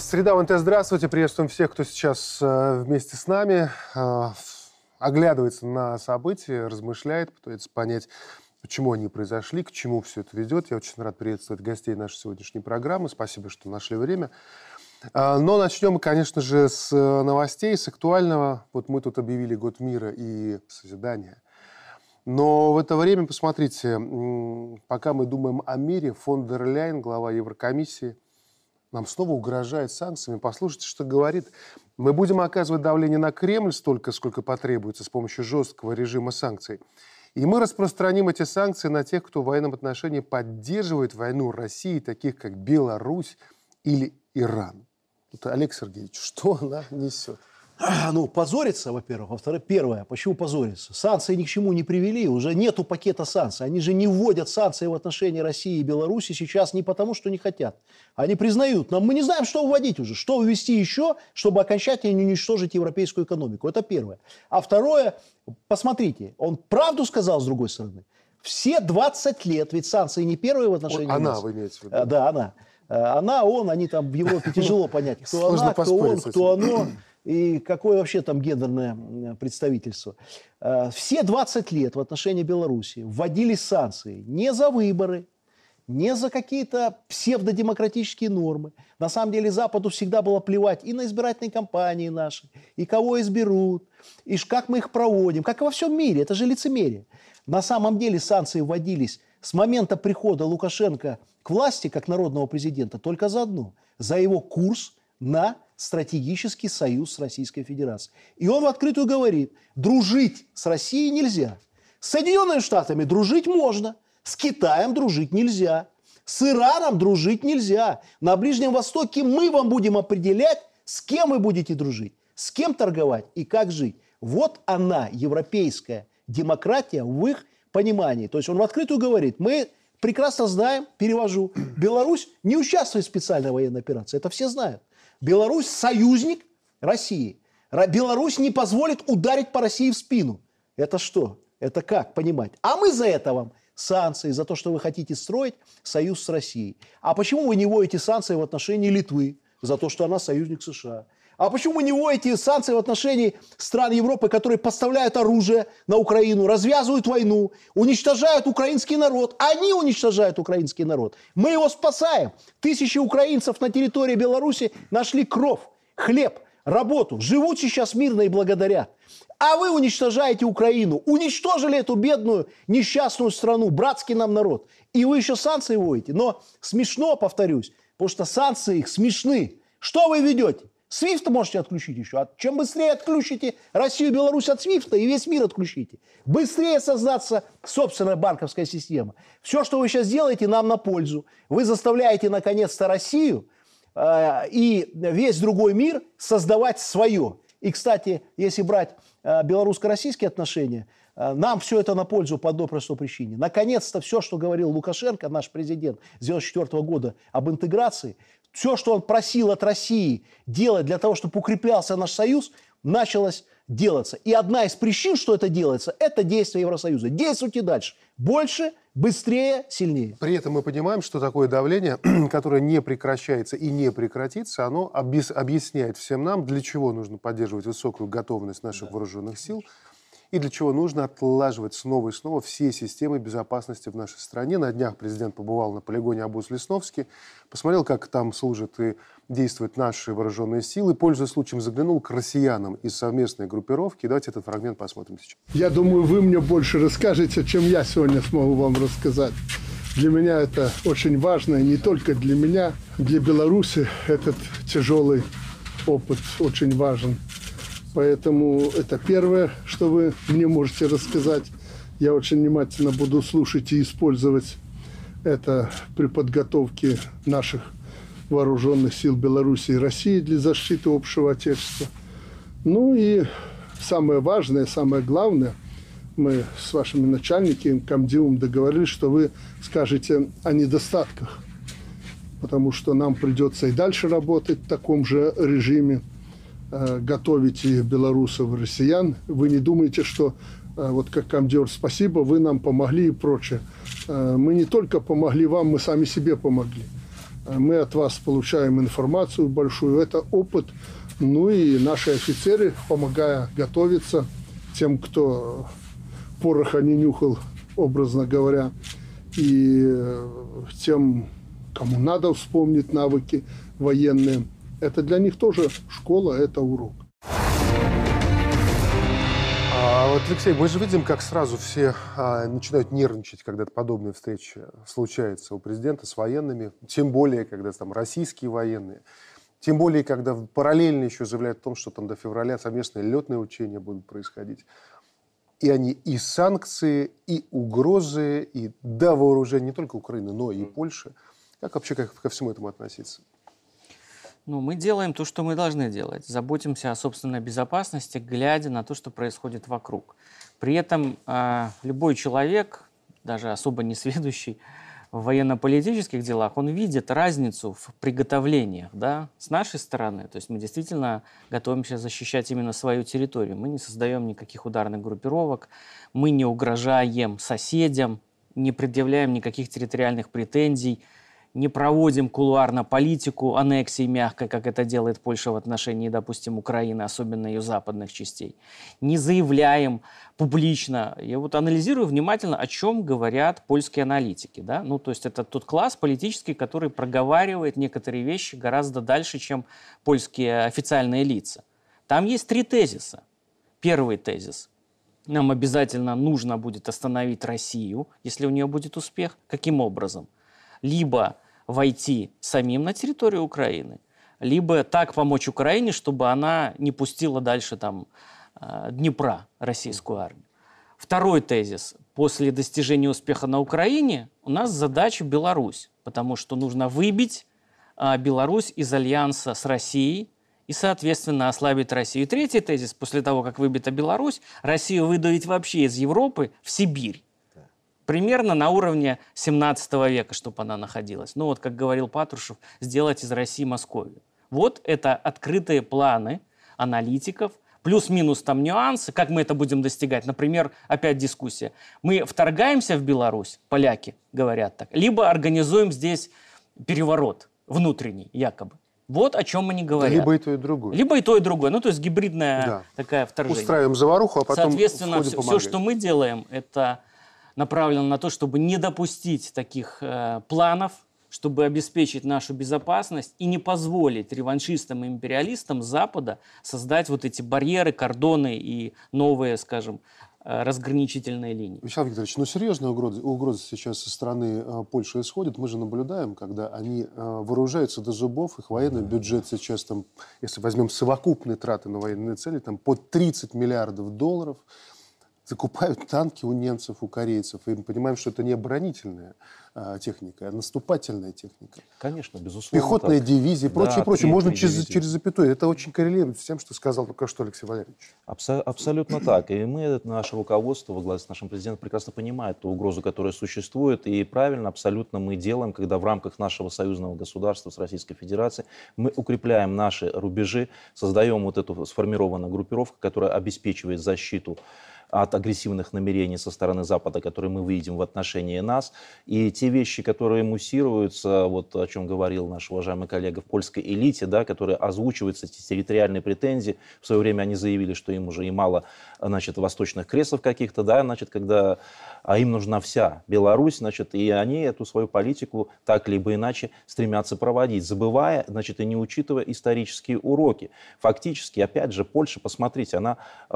Среда ОНТ, здравствуйте. Приветствуем всех, кто сейчас вместе с нами оглядывается на события, размышляет, пытается понять, почему они произошли, к чему все это ведет. Я очень рад приветствовать гостей нашей сегодняшней программы. Спасибо, что нашли время. Но начнем мы, конечно же, с новостей, с актуального. Вот мы тут объявили год мира и созидания. Но в это время, посмотрите, пока мы думаем о мире, фон дер Ляйен, глава Еврокомиссии, нам снова угрожает санкциями. Послушайте, что говорит. Мы будем оказывать давление на Кремль столько, сколько потребуется с помощью жесткого режима санкций. И мы распространим эти санкции на тех, кто в военном отношении поддерживает войну России, таких как Беларусь или Иран. Вот, Олег Сергеевич, что она несет? Ну, позориться, во-первых. Во-вторых, первое, почему позориться? Санкции ни к чему не привели, уже нету пакета санкций. Они же не вводят санкции в отношении России и Беларуси сейчас не потому, что не хотят. Они признают, но мы не знаем, что вводить уже, что ввести еще, чтобы окончательно не уничтожить европейскую экономику. Это первое. А второе, посмотрите, он правду сказал с другой стороны. Все 20 лет, ведь санкции не первые в отношении нас. Вы имеете в виду? Да, она. Она, он, они там в Европе тяжело понять, кто она, кто он, кто оно. И какое вообще там гендерное представительство. Все 20 лет в отношении Беларуси вводились санкции не за выборы, не за какие-то псевдодемократические нормы. На самом деле Западу всегда было плевать и на избирательные кампании наши, и кого изберут, и как мы их проводим, как и во всем мире. Это же лицемерие. На самом деле санкции вводились с момента прихода Лукашенко к власти, как народного президента, только за одно. За его курс на стратегический союз с Российской Федерацией. И он в открытую говорит, дружить с Россией нельзя. С Соединенными Штатами дружить можно, с Китаем дружить нельзя, с Ираном дружить нельзя. На Ближнем Востоке мы вам будем определять, с кем вы будете дружить, с кем торговать и как жить. Вот она, европейская демократия в их понимании. То есть он в открытую говорит, мы прекрасно знаем, перевожу, Беларусь не участвует в специальной военной операции, это все знают. Беларусь союзник России. Беларусь не позволит ударить по России в спину. Это что? Это как понимать? А мы за это вам санкции, за то, что вы хотите строить союз с Россией. А почему вы не вводите санкции в отношении Литвы? За то, что она союзник США. А почему вы не вводите санкции в отношении стран Европы, которые поставляют оружие на Украину, развязывают войну, уничтожают украинский народ? Они уничтожают украинский народ. Мы его спасаем. Тысячи украинцев на территории Беларуси нашли кров, хлеб, работу. Живут сейчас мирно и благодарят. А вы уничтожаете Украину. Уничтожили эту бедную, несчастную страну, братский нам народ. И вы еще санкции вводите. Но смешно, повторюсь, потому что санкции их смешны. Что вы ведете? Свифт можете отключить еще. Чем быстрее отключите Россию и Беларусь от Свифта, и весь мир отключите. Быстрее создаться собственная банковская система. Все, что вы сейчас делаете, нам на пользу. Вы заставляете, наконец-то, Россию и весь другой мир создавать свое. И, кстати, если брать белорусско-российские отношения, нам все это на пользу по одной простой причине. Наконец-то все, что говорил Лукашенко, наш президент с 1994 года об интеграции, все, что он просил от России делать для того, чтобы укреплялся наш союз, началось делаться. И одна из причин, что это делается, это действия Евросоюза. Действуйте дальше. Больше, быстрее, сильнее. При этом мы понимаем, что такое давление, которое не прекращается и не прекратится, оно объясняет всем нам, для чего нужно поддерживать высокую готовность наших вооруженных сил, и для чего нужно отлаживать снова и снова все системы безопасности в нашей стране. На днях президент побывал на полигоне Абус-Лесновский, посмотрел, как там служат и действуют наши вооруженные силы. Пользуясь случаем, заглянул к россиянам из совместной группировки. Давайте этот фрагмент посмотрим сейчас. Я думаю, вы мне больше расскажете, чем я сегодня смогу вам рассказать. Для меня это очень важно, и не только для меня. Для Беларуси этот тяжелый опыт очень важен. Поэтому это первое, что вы мне можете рассказать. Я очень внимательно буду слушать и использовать это при подготовке наших вооруженных сил Беларуси и России для защиты общего Отечества. Ну и самое важное, самое главное, мы с вашими начальниками, комдивом договорились, что вы скажете о недостатках, потому что нам придется и дальше работать в таком же режиме, готовить и белорусов, и россиян. Вы не думаете, что вот как комдивер, спасибо, вы нам помогли и прочее. Мы не только помогли вам, мы сами себе помогли. Мы от вас получаем информацию большую. Это опыт. Ну и наши офицеры, помогая готовиться тем, кто пороха не нюхал, образно говоря, и тем, кому надо вспомнить навыки военные. Это для них тоже школа, это урок. Вот, Алексей, мы же видим, как сразу все начинают нервничать, когда подобная встреча случается у президента с военными, тем более, когда там российские военные, тем более, когда параллельно еще заявляют о том, что там до февраля совместные летные учения будут происходить. И они и санкции, и угрозы, и до вооружения не только Украины, но и Польши. Как вообще ко всему этому относиться? Ну, мы делаем то, что мы должны делать. Заботимся о собственной безопасности, глядя на то, что происходит вокруг. При этом любой человек, даже особо несведущий в военно-политических делах, он видит разницу в приготовлениях, да, с нашей стороны. То есть мы действительно готовимся защищать именно свою территорию. Мы не создаем никаких ударных группировок, мы не угрожаем соседям, не предъявляем никаких территориальных претензий, не проводим кулуарно политику аннексии мягкой, как это делает Польша в отношении, допустим, Украины, особенно ее западных частей. Не заявляем публично. Я вот анализирую внимательно, о чем говорят польские аналитики. Да? Ну, то есть это тот класс политический, который проговаривает некоторые вещи гораздо дальше, чем польские официальные лица. Там есть 3 тезиса. Первый тезис. Нам обязательно нужно будет остановить Россию, если у нее будет успех. Каким образом? Либо войти самим на территорию Украины, либо так помочь Украине, чтобы она не пустила дальше там Днепра российскую армию. Второй тезис. После достижения успеха на Украине у нас задача Беларусь, потому что нужно выбить Беларусь из альянса с Россией и, соответственно, ослабить Россию. И третий тезис. После того, как выбита Беларусь, Россию выдавить вообще из Европы в Сибирь. Примерно на уровне 17 века, чтобы она находилась. Ну вот, как говорил Патрушев, сделать из России Московию. Вот это открытые планы аналитиков, плюс-минус там нюансы, как мы это будем достигать. Например, опять дискуссия. Мы вторгаемся в Беларусь, поляки говорят так, либо организуем здесь переворот внутренний, якобы. Вот о чем мы не говорим. Либо и то, и другое. Либо и то, и другое. Ну, то есть гибридная такая вторжение. Устраиваем заваруху, а потом соответственно, все, что мы делаем, это направлено на то, чтобы не допустить таких планов, чтобы обеспечить нашу безопасность и не позволить реваншистам и империалистам Запада создать вот эти барьеры, кордоны и новые, скажем, разграничительные линии. Вячеслав Викторович, ну серьезная угроза сейчас со стороны Польши исходит. Мы же наблюдаем, когда они вооружаются до зубов, их военный бюджет сейчас, там, если возьмем совокупные траты на военные цели, там под 30 миллиардов долларов. Закупают танки у немцев, у корейцев. И мы понимаем, что это не оборонительная техника, а наступательная техника. Конечно, безусловно. Пехотные дивизии, прочее, прочее. Можно через запятую. Это очень коррелирует с тем, что сказал только что Алексей Валерьевич. Абсолютно так. И мы, наше руководство во главе с нашим президентом, прекрасно понимает ту угрозу, которая существует. И правильно абсолютно мы делаем, когда в рамках нашего союзного государства с Российской Федерацией мы укрепляем наши рубежи, создаем вот эту сформированную группировку, которая обеспечивает защиту от агрессивных намерений со стороны Запада, которые мы видим в отношении нас. И те вещи, которые муссируются, вот о чем говорил наш уважаемый коллега, в польской элите, да, которые озвучиваются, эти территориальные претензии. В свое время они заявили, что им уже и мало, значит, восточных кресов каких-то, да, значит, когда им нужна вся Беларусь, значит, и они эту свою политику так либо иначе стремятся проводить, забывая, значит, и не учитывая исторические уроки. Фактически, опять же, Польша, посмотрите, она,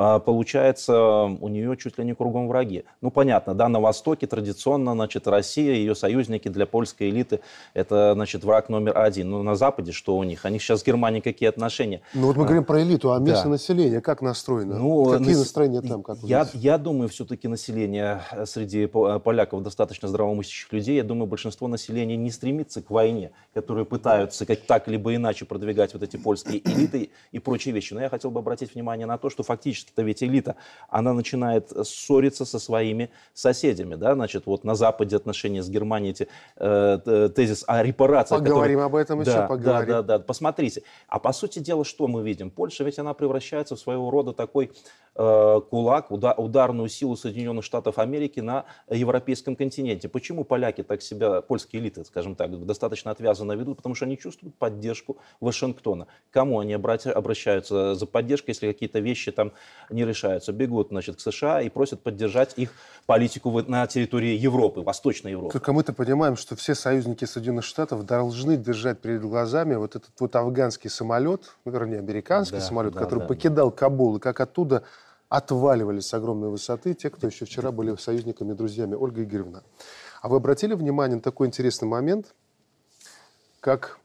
получается, у нее чуть ли не кругом враги. Ну, понятно, да, на Востоке традиционно, значит, Россия, ее союзники для польской элиты, это, значит, враг номер 1. Но на Западе что у них? У них сейчас с Германией какие отношения? Ну, вот мы говорим про элиту, а местное население как настроено? Ну, какие настроения там? Как я думаю, все-таки население среди поляков достаточно здравомыслящих людей. Я думаю, большинство населения не стремится к войне, которые пытаются как так либо иначе продвигать вот эти польские элиты и прочие вещи. Но я хотел бы обратить внимание на то, что фактически-то ведь элита, она начинает начинает ссориться со своими соседями. Да? Значит, вот на Западе отношения с Германией, тезис о репарациях. Поговорим об этом еще, поговорим. Да, посмотрите. А по сути дела, что мы видим? Польша ведь она превращается в своего рода такой кулак, ударную силу Соединенных Штатов Америки на европейском континенте. Почему поляки так себя, польские элиты, скажем так, достаточно отвязанно ведут? Потому что они чувствуют поддержку Вашингтона. К кому они обращаются за поддержкой, если какие-то вещи там не решаются? Бегут, значит, к США и просят поддержать их политику на территории Европы, Восточной Европы. Только мы-то понимаем, что все союзники Соединенных Штатов должны держать перед глазами вот этот вот афганский самолет, вернее, американский самолет, который покидал Кабул, и как оттуда отваливались с огромной высоты те, кто еще вчера были союзниками и друзьями. Ольга Игоревна, а вы обратили внимание на такой интересный момент, как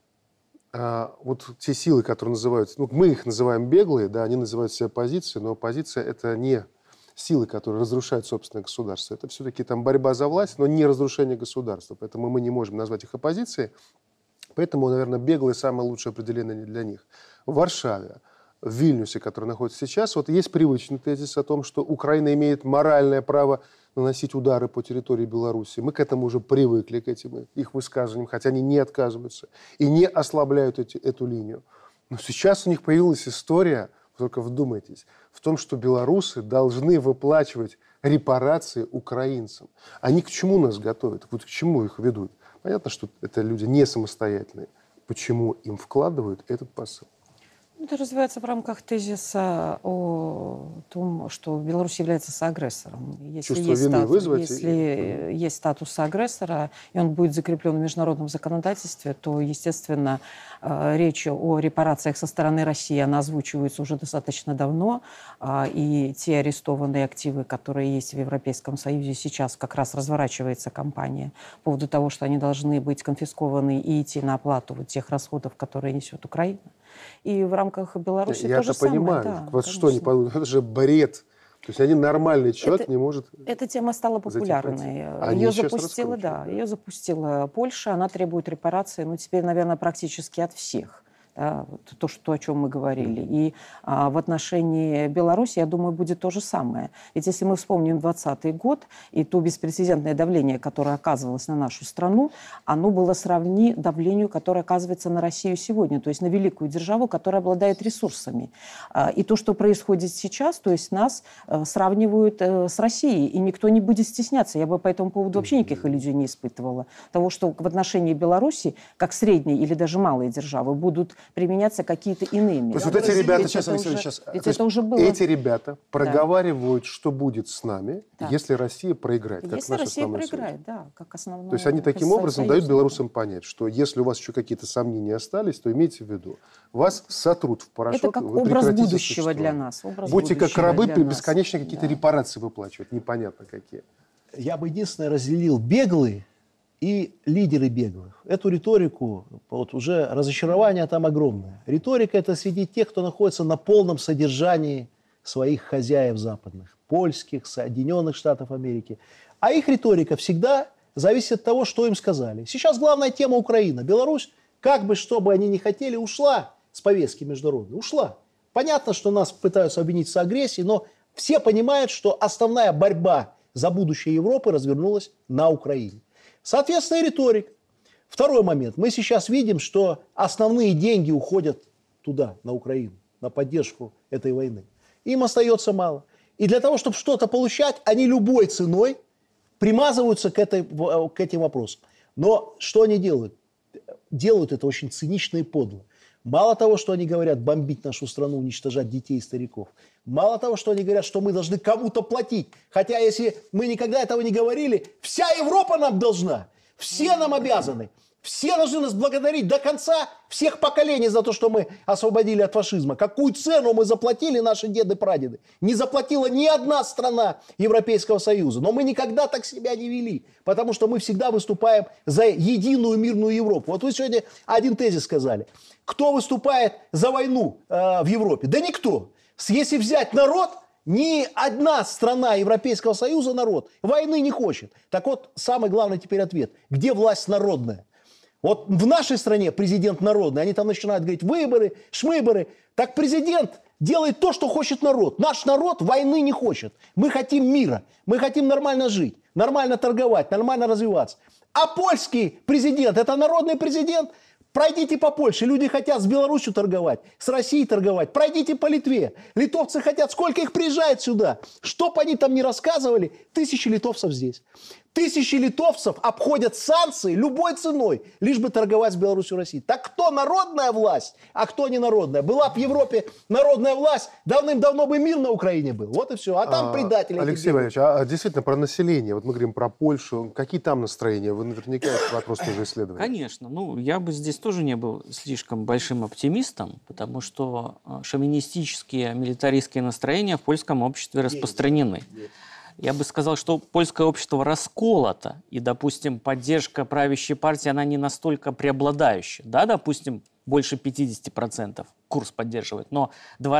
вот те силы, которые называются, ну, мы их называем беглые, да, они называют себя оппозицией, но оппозиция — это не силы, которые разрушают собственное государство. Это все-таки там борьба за власть, но не разрушение государства. Поэтому мы не можем назвать их оппозицией. Поэтому, наверное, беглые — самое лучшее определение для них. В Варшаве, в Вильнюсе, который находится сейчас, вот есть привычный тезис о том, что Украина имеет моральное право наносить удары по территории Беларуси. Мы к этому уже привыкли, к этим их высказываниям, хотя они не отказываются и не ослабляют эту линию. Но сейчас у них появилась история, только вдумайтесь, в том, что белорусы должны выплачивать репарации украинцам. Они к чему нас готовят? Вот к чему их ведут? Понятно, что это люди не самостоятельные. Почему им вкладывают этот посыл? Это развивается в рамках тезиса о том, что Беларусь является соагрессором. Чувство вины вызвать? Если есть статус соагрессора, и он будет закреплен в международном законодательстве, то, естественно, речь о репарациях со стороны России, она озвучивается уже достаточно давно, и те арестованные активы, которые есть в Европейском Союзе, сейчас как раз разворачивается кампания по поводу того, что они должны быть конфискованы и идти на оплату вот тех расходов, которые несет Украина. И в рамках Беларуси то же самое. Я это понимаю. Да, вот что не получится? Это же бред. То есть один нормальный человек не может... Эта тема стала популярной. Ее запустила Польша. Она требует репарации, теперь, наверное, практически от всех. То, о чем мы говорили. И в отношении Беларуси, я думаю, будет то же самое. Ведь если мы вспомним 2020 год и то беспрецедентное давление, которое оказывалось на нашу страну, оно было сродни давлению, которое оказывается на Россию сегодня, то есть на великую державу, которая обладает ресурсами. И то, что происходит сейчас, то есть нас сравнивают с Россией, и никто не будет стесняться. Я бы по этому поводу вообще никаких иллюзий не испытывала. Того, что в отношении Беларуси, как средней или даже малой державы, будут применяться какие-то иные меры. То есть вот эти ребята, эти ребята проговаривают, что будет с нами, если Россия проиграет. Если Россия проиграет, как основной. То есть они таким образом дают белорусам понять, что если у вас еще какие-то сомнения остались, то имейте в виду, вас сотрут в порошок. Это как образ будущего для нас. Будьте как рабы, бесконечно какие-то репарации выплачивать, непонятно какие. Я бы единственное разделил беглые и лидеры беглых. Эту риторику, вот уже разочарование там огромное. Риторика — это среди тех, кто находится на полном содержании своих хозяев западных, польских, Соединенных Штатов Америки. А их риторика всегда зависит от того, что им сказали. Сейчас главная тема Украина. Беларусь, как бы, что бы они ни хотели, ушла с повестки международной. Ушла. Понятно, что нас пытаются обвинить в агрессии, но все понимают, что основная борьба за будущее Европы развернулась на Украине. Соответственно, и риторика. Второй момент. Мы сейчас видим, что основные деньги уходят туда, на Украину, на поддержку этой войны. Им остается мало. И для того, чтобы что-то получать, они любой ценой примазываются к этим вопросам. Но что они делают? Делают это очень цинично и подло. Мало того, что они говорят бомбить нашу страну, уничтожать детей и стариков. Мало того, что они говорят, что мы должны кому-то платить. Хотя, если мы никогда этого не говорили, вся Европа нам должна. Все нам обязаны. Все должны нас благодарить до конца всех поколений за то, что мы освободили от фашизма. Какую цену мы заплатили, наши деды-прадеды. Не заплатила ни одна страна Европейского Союза. Но мы никогда так себя не вели. Потому что мы всегда выступаем за единую мирную Европу. Вот вы сегодня один тезис сказали. Кто выступает за войну в Европе? Да никто. Если взять народ, ни одна страна Европейского Союза, народ, войны не хочет. Так вот, самый главный теперь ответ. Где власть народная? Вот в нашей стране президент народный. Они там начинают говорить выборы, шмыборы. Так президент делает то, что хочет народ. Наш народ войны не хочет. Мы хотим мира. Мы хотим нормально жить, нормально торговать, нормально развиваться. А польский президент – это народный президент. Пройдите по Польше. Люди хотят с Беларусью торговать, с Россией торговать. Пройдите по Литве. Литовцы хотят. Сколько их приезжает сюда? Что бы они там ни рассказывали, тысячи литовцев здесь. Тысячи литовцев обходят санкции любой ценой, лишь бы торговать с Беларусью и Россией. Так кто народная власть, а кто не народная? Была бы в Европе народная власть, давным-давно бы мир на Украине был. Вот и все. А там предатели. Алексей Валерьевич, а действительно про население. Вот мы говорим про Польшу. Какие там настроения? Вы наверняка этот вопрос тоже исследовали. Конечно. Ну, я бы здесь тоже не был слишком большим оптимистом, потому что шовинистические, милитаристские настроения в польском обществе распространены. Я бы сказал, что польское общество расколото, и, допустим, поддержка правящей партии, она не настолько преобладающая. Да, допустим, больше 50% курс поддерживает, но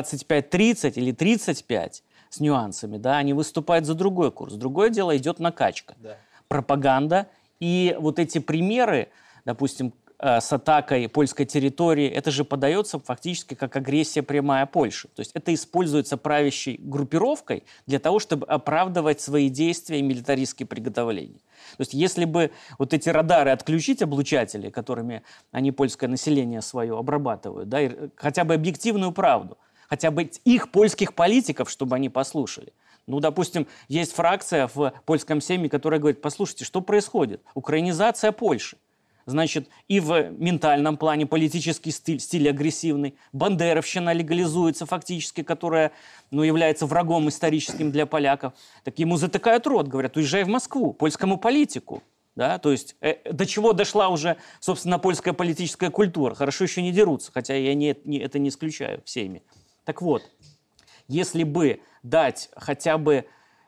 25-30 или 35 с нюансами, да, они выступают за другой курс. Другое дело, идет накачка, пропаганда, и вот эти примеры, допустим, с атакой польской территории, это же подается фактически как агрессия прямая Польши. То есть это используется правящей группировкой для того, чтобы оправдывать свои действия и милитаристские приготовления. То есть если бы вот эти радары отключить, облучатели, которыми они польское население свое обрабатывают, да, и хотя бы объективную правду, хотя бы их польских политиков, чтобы они послушали. Ну, допустим, есть фракция в польском сейме, которая говорит: послушайте, что происходит? Украинизация Польши. Значит, и в ментальном плане политический стиль агрессивный. Бандеровщина легализуется фактически, которая, ну, является врагом историческим для поляков. Так ему затыкают рот, говорят: уезжай в Москву, польскому политику. Да? То есть до чего дошла уже, собственно, польская политическая культура. Хорошо еще не дерутся, хотя я это не исключаю всеми. Так вот, если бы дать хотя бы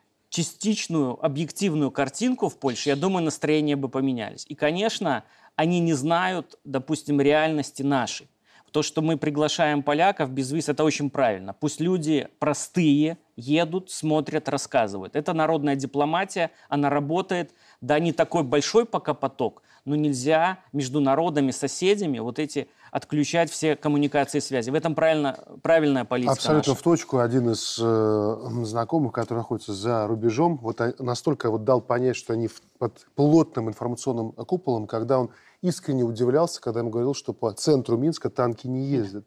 частичную объективную картинку в Польше, я думаю, настроения бы поменялись. И, конечно, они не знают, допустим, реальности нашей. То, что мы приглашаем поляков без виз, это очень правильно. Пусть люди простые едут, смотрят, рассказывают. Это народная дипломатия, она работает. Да, не такой большой пока поток, но нельзя между народами, соседями вот эти отключать все коммуникации и связи. В этом правильная политика. Абсолютно наша. В точку. Один из знакомых, который находится за рубежом, вот настолько вот дал понять, что они под плотным информационным куполом, когда он искренне удивлялся, когда ему говорил, что по центру Минска танки не ездят.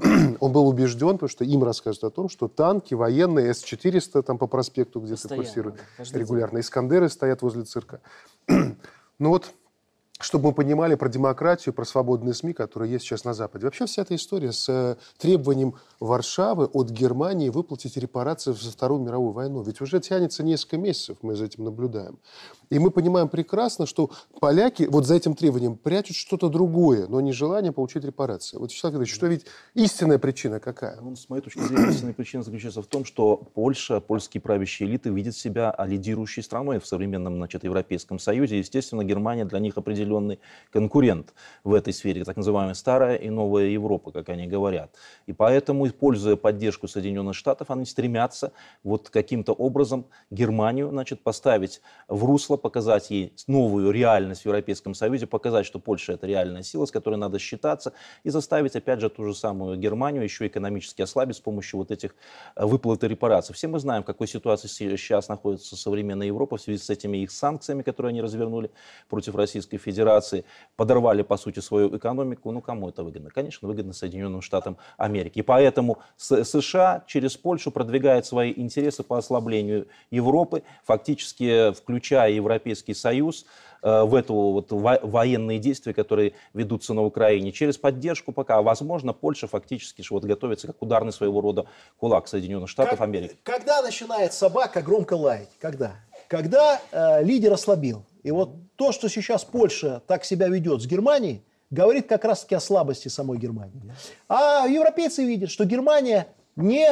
Он был убежден, потому что им рассказывают о том, что танки военные С-400 там по проспекту где-то курсируют регулярно. Искандеры стоят возле цирка. Ну вот, чтобы мы понимали про демократию, про свободные СМИ, которые есть сейчас на Западе. Вообще вся эта история с требованием Варшавы от Германии выплатить репарации за Вторую мировую войну. Ведь уже тянется несколько месяцев, мы за этим наблюдаем. И мы понимаем прекрасно, что поляки вот за этим требованием прячут что-то другое, но не желание получить репарации. Вот, Вячеслав Федорович, что ведь истинная причина какая? Ну, с моей точки зрения, истинная причина заключается в том, что Польша, польские правящие элиты видят себя лидирующей страной в современном, значит, Европейском Союзе. Естественно, Германия для них определенный конкурент в этой сфере, так называемая старая и новая Европа, как они говорят. И поэтому, используя поддержку Соединенных Штатов, они стремятся вот каким-то образом Германию, значит, поставить в русло, показать ей новую реальность в Европейском Союзе, показать, что Польша — это реальная сила, с которой надо считаться, и заставить, опять же, ту же самую Германию еще экономически ослабить с помощью вот этих выплат и репараций. Все мы знаем, в какой ситуации сейчас находится современная Европа в связи с этими их санкциями, которые они развернули против Российской Федерации, подорвали, по сути, свою экономику. Ну, кому это выгодно? Конечно, выгодно Соединенным Штатам Америки. И поэтому США через Польшу продвигает свои интересы по ослаблению Европы, фактически включая Европейский Союз в это вот военные действия, которые ведутся на Украине, через поддержку пока. Возможно, Польша фактически вот готовится как ударный своего рода кулак Соединенных Штатов Америки. Когда начинает собака громко лаять? Когда? Когда лидер ослабил. И вот то, что сейчас Польша так себя ведет с Германией, говорит как раз-таки о слабости самой Германии. А европейцы видят, что Германия не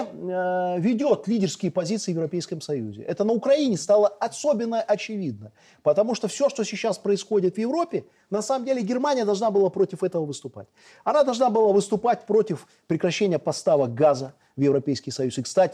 ведет лидерские позиции в Европейском Союзе. Это на Украине стало особенно очевидно. Потому что все, что сейчас происходит в Европе, на самом деле Германия должна была против этого выступать. Она должна была выступать против прекращения поставок газа в Европейский Союз. И, кстати,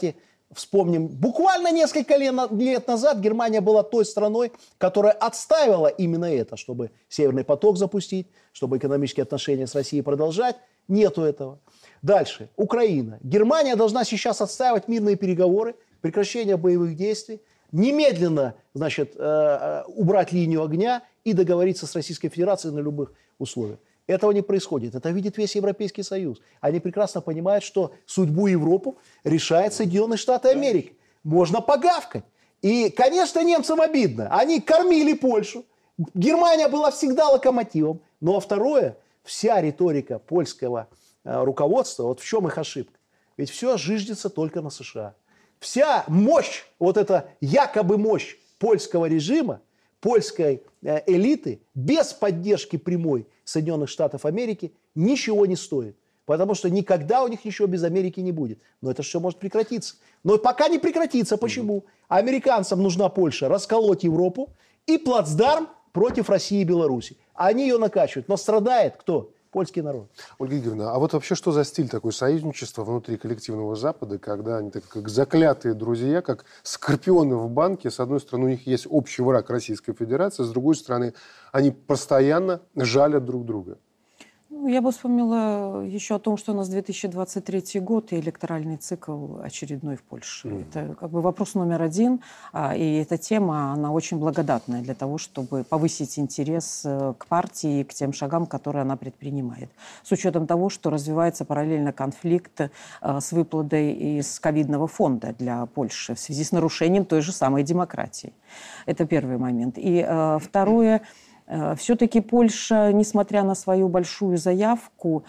вспомним, буквально несколько лет назад Германия была той страной, которая отстаивала именно это, чтобы Северный поток запустить, чтобы экономические отношения с Россией продолжать. Нету этого. Дальше. Украина. Германия должна сейчас отстаивать мирные переговоры, прекращение боевых действий, немедленно, значит, убрать линию огня и договориться с Российской Федерацией на любых условиях. Этого не происходит. Это видит весь Европейский Союз. Они прекрасно понимают, что судьбу Европы решает Соединенные Штаты Америки. Можно погавкать. И, конечно, немцам обидно. Они кормили Польшу. Германия была всегда локомотивом. Ну а второе, вся риторика польского руководства, вот в чем их ошибка. Ведь все жиждется только на США. Вся мощь, вот эта якобы мощь польского режима, польской элиты, без поддержки прямой Соединенных Штатов Америки ничего не стоит. Потому что никогда у них ничего без Америки не будет. Но это все может прекратиться. Но пока не прекратится. Почему? Американцам нужна Польша расколоть Европу и плацдарм против России и Беларуси. Они ее накачивают. Но страдает кто? Польский народ. Ольга Игоревна, а вот вообще что за стиль такой союзничества внутри коллективного Запада, когда они так как заклятые друзья, как скорпионы в банке, с одной стороны у них есть общий враг Российской Федерации, с другой стороны они постоянно жалят друг друга? Я бы вспомнила еще о том, что у нас 2023 год и электоральный цикл очередной в Польше. Это как бы вопрос номер один. И эта тема, она очень благодатная для того, чтобы повысить интерес к партии и к тем шагам, которые она предпринимает. С учетом того, что развивается параллельно конфликт с выплатой из ковидного фонда для Польши в связи с нарушением той же самой демократии. Это первый момент. И второе. Все-таки Польша, несмотря на свою большую заявку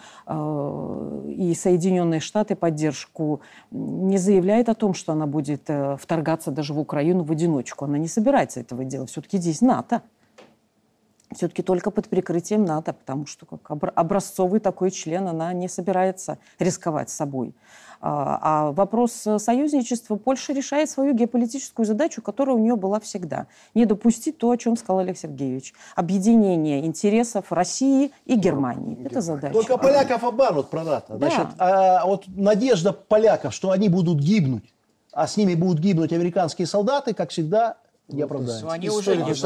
и Соединенные Штаты поддержку, не заявляет о том, что она будет вторгаться даже в Украину в одиночку. Она не собирается этого делать. Все-таки здесь НАТО. Все-таки только под прикрытием НАТО, потому что как образцовый такой член она не собирается рисковать собой. А вопрос союзничества Польша решает свою геополитическую задачу, которая у нее была всегда. Не допустить то, о чем сказал Олег Сергеевич. Объединение интересов России и Германии. Это задача. Только поляков обманут про НАТО. Да. Значит, вот надежда поляков, что они будут гибнуть, а с ними будут гибнуть американские солдаты, как всегда, не оправдается. Они уже гибнут.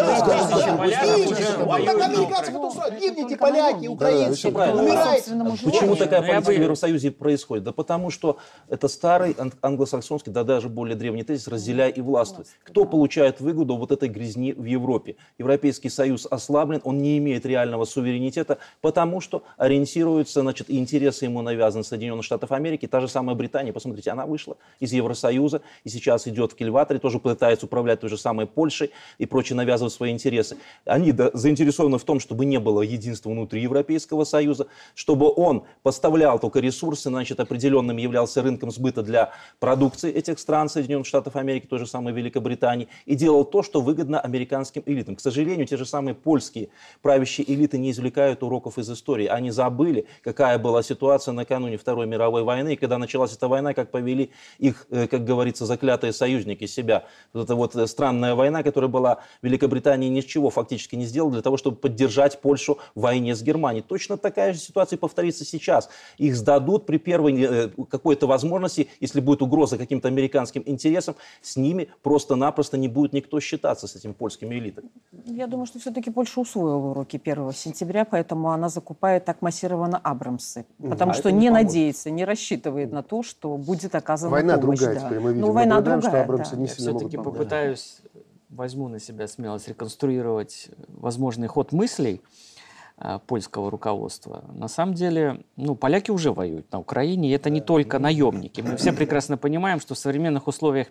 Гибните поляки, украинцы, умирайте. Почему такая политика в Евросоюзе происходит? Да потому что это старый англосаксонский, да даже более древний тезис «разделяй и властвуй». Кто получает выгоду вот этой грязни в Европе? Европейский Союз ослаблен, он не имеет реального суверенитета, потому что ориентируются, значит, интересы ему навязаны Соединенных Штатов Америки. Та же самая Британия, посмотрите, она вышла из Евросоюза и сейчас идет в кильваторе, тоже пытается управлять той же самой Польшей и прочее, навязывать свои интересы. Они заинтересованы в том, чтобы не было единства внутри Европейского Союза, чтобы он поставлял только ресурсы, значит, определенным являлся рынком сбыта для продукции этих стран, Соединенных Штатов Америки, той же самой Великобритании, и делал то, что выгодно американским элитам. К сожалению, те же самые польские правящие элиты не извлекают уроков из истории. Они забыли, какая была ситуация накануне Второй мировой войны, и когда началась эта война, как повели их, как говорится, заклятые союзники себя. Вот эта вот странная война, которая была в Великобритании, ничего фактически не сделала для того, чтобы поддержать Польшу в войне с Германией. Точно такая же ситуация повторится сейчас. Их сдадут при первой какой-то возможности, если будет угроза каким-то американским интересам, с ними просто-напросто не будет никто считаться, с этими польскими элитами. Я думаю, что все-таки Польша усвоила уроки 1 сентября, поэтому она закупает так массированно Абрамсы. Потому что не надеется, не рассчитывает на то, что будет оказана война помощь. Другая, теперь мы видим, война наблюдаем, другая, что Абрамсы не сильно все-таки могут попытаюсь, возьму на себя смелость реконструировать возможный ход мыслей польского руководства. На самом деле, поляки уже воюют на Украине, и это не только наемники. Мы все прекрасно понимаем, что в современных условиях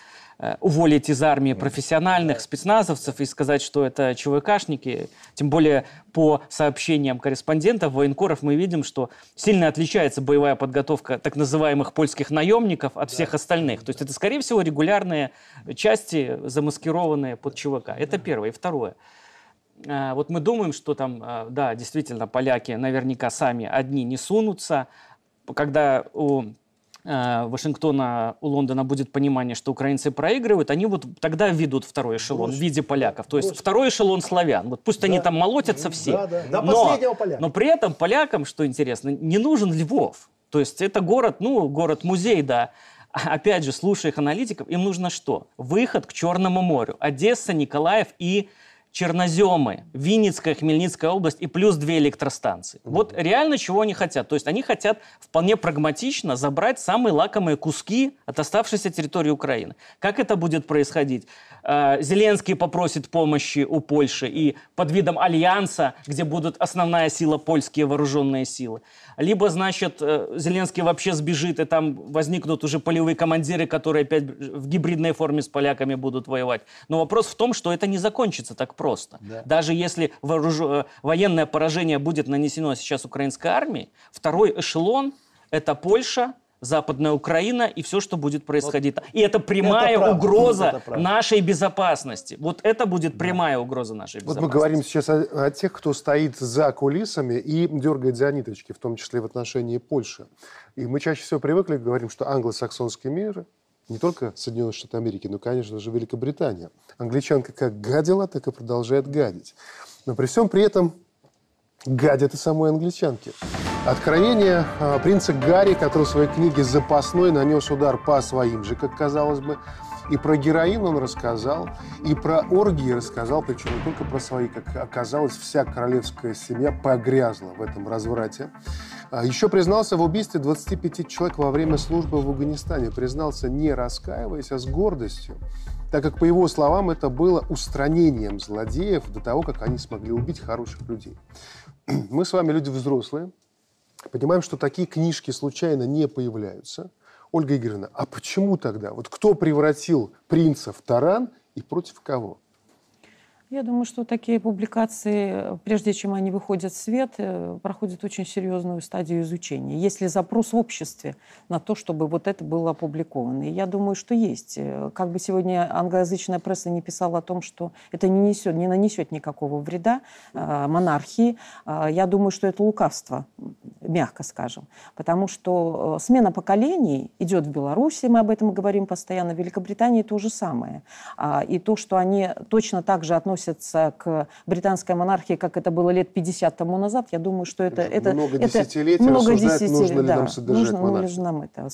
уволить из армии профессиональных спецназовцев и сказать, что это ЧВКшники, тем более по сообщениям корреспондентов, военкоров, мы видим, что сильно отличается боевая подготовка так называемых польских наемников от всех остальных. То есть это, скорее всего, регулярные части, замаскированные под ЧВК. Это первое. И второе. Вот мы думаем, что там, да, действительно, поляки наверняка сами одни не сунутся. Когда у Вашингтона, у Лондона будет понимание, что украинцы проигрывают, они вот тогда введут второй эшелон в виде поляков. То есть второй эшелон славян. Вот пусть они там молотятся все. До последнего поляка. Но при этом полякам, что интересно, не нужен Львов. То есть это город, город-музей, да. опять же, слушая их аналитиков, им нужно что? Выход к Черному морю. Одесса, Николаев и Черноземы, Винницкая, Хмельницкая область и плюс 2 электростанции. Вот реально чего они хотят. То есть они хотят вполне прагматично забрать самые лакомые куски от оставшейся территории Украины. Как это будет происходить? Зеленский попросит помощи у Польши и под видом альянса, где будут основная сила польские вооруженные силы. Либо, значит, Зеленский вообще сбежит, и там возникнут уже полевые командиры, которые опять в гибридной форме с поляками будут воевать. Но вопрос в том, что это не закончится так просто. Да. Даже если военное поражение будет нанесено сейчас украинской армией, второй эшелон – это Польша, Западная Украина и все, что будет происходить. Вот. И это прямая угроза нашей безопасности. Вот это будет прямая угроза нашей безопасности. Вот мы говорим сейчас о тех, кто стоит за кулисами и дергает за ниточки, в том числе в отношении Польши. И мы чаще всего привыкли говорить, что англосаксонский мир, не только Соединенные Штаты Америки, но, конечно же, Великобритания. Англичанка как гадила, так и продолжает гадить. Но при всем при этом гадят и самой англичанки. Откровение принца Гарри, который в своей книге «Запасной» нанес удар по своим же, как казалось бы. И про героин он рассказал, и про оргии рассказал, причем не только про свои, как оказалось, вся королевская семья погрязла в этом разврате. Еще признался в убийстве 25 человек во время службы в Афганистане. Признался не раскаиваясь, а с гордостью, так как, по его словам, это было устранением злодеев до того, как они смогли убить хороших людей. Мы с вами люди взрослые, понимаем, что такие книжки случайно не появляются. Ольга Игоревна, а почему тогда? Вот кто превратил принца в таран и против кого? Я думаю, что такие публикации, прежде чем они выходят в свет, проходят очень серьезную стадию изучения. Есть ли запрос в обществе на то, чтобы вот это было опубликовано? И я думаю, что есть. Как бы сегодня англоязычная пресса не писала о том, что это не нанесет никакого вреда монархии, я думаю, что это лукавство, мягко скажем. Потому что смена поколений идет в Беларуси, мы об этом говорим постоянно, в Великобритании то же самое. И то, что они точно так же относятся к британской монархии, как это было лет 50 тому назад, я думаю, что это много десятилетий рассуждать, нужно ли нам содержать монархию. Нужно нам это.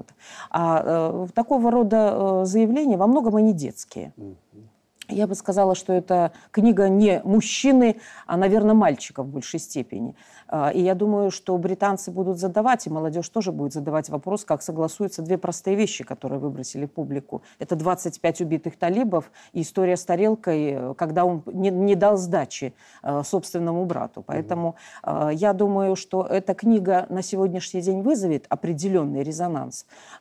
Вот. Такого рода заявления во многом они детские. Я бы сказала, что это книга не мужчины, а, наверное, мальчика в большей степени. И я думаю, что британцы будут задавать, и молодежь тоже будет задавать вопрос, как согласуются две простые вещи, которые выбросили в публику. Это 25 убитых талибов и история с тарелкой, когда он не дал сдачи собственному брату. Поэтому я думаю, что эта книга на сегодняшний день вызовет определенный резонанс,